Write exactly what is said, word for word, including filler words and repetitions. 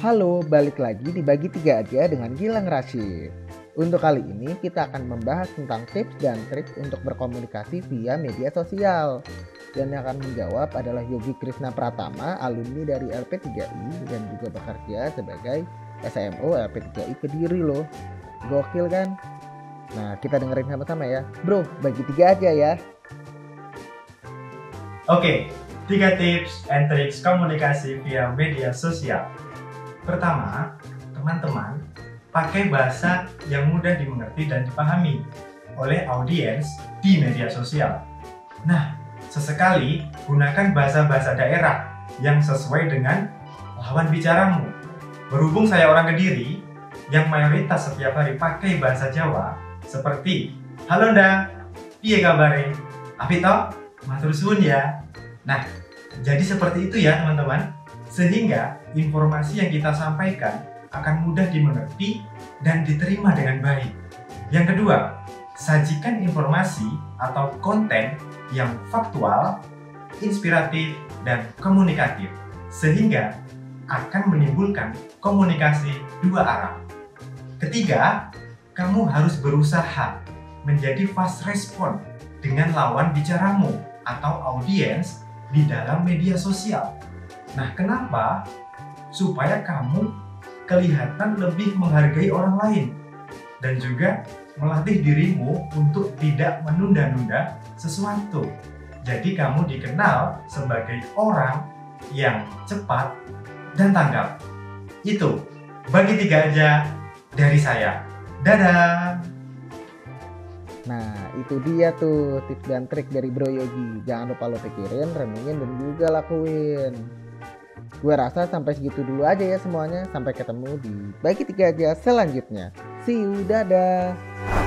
Halo, balik lagi di Bagi Tiga Aja dengan Gilang Rashid. Untuk kali ini kita akan membahas tentang tips dan trik untuk berkomunikasi via media sosial. Dan yang akan menjawab adalah Yogi Krishna Pratama, alumni dari L P tiga I dan juga bekerja sebagai S M O L P tiga I Kediri loh. Gokil kan? Nah, kita dengerin sama-sama ya. Bro, bagi tiga aja ya. Oke, tiga tips and tricks komunikasi via media sosial. Pertama, teman-teman, pakai bahasa yang mudah dimengerti dan dipahami oleh audiens di media sosial. Nah, sesekali gunakan bahasa-bahasa daerah yang sesuai dengan lawan bicaramu. Berhubung saya orang Kediri yang mayoritas setiap hari pakai bahasa Jawa seperti "Halo nda, piye kabare? Api toh? Matur suwun ya." Nah, jadi seperti itu ya teman-teman. Sehingga informasi yang kita sampaikan akan mudah dimengerti dan diterima dengan baik. Yang kedua, sajikan informasi atau konten yang faktual, inspiratif, dan komunikatif, sehingga akan menimbulkan komunikasi dua arah. Ketiga, kamu harus berusaha menjadi fast respon dengan lawan bicaramu atau audiens di dalam media sosial. Nah, kenapa? Supaya kamu kelihatan lebih menghargai orang lain dan juga melatih dirimu untuk tidak menunda-nunda sesuatu. Jadi kamu dikenal sebagai orang yang cepat dan tanggap. Itu bagi tiga aja dari saya. Dadah! Nah, itu dia tuh tips dan trik dari Bro Yogi. Jangan lupa lo pikirin, renungin, dan juga lakuin. Gue rasa sampai segitu dulu aja ya semuanya. Sampai ketemu di Bagi Tiga Aja selanjutnya. See you, dadah!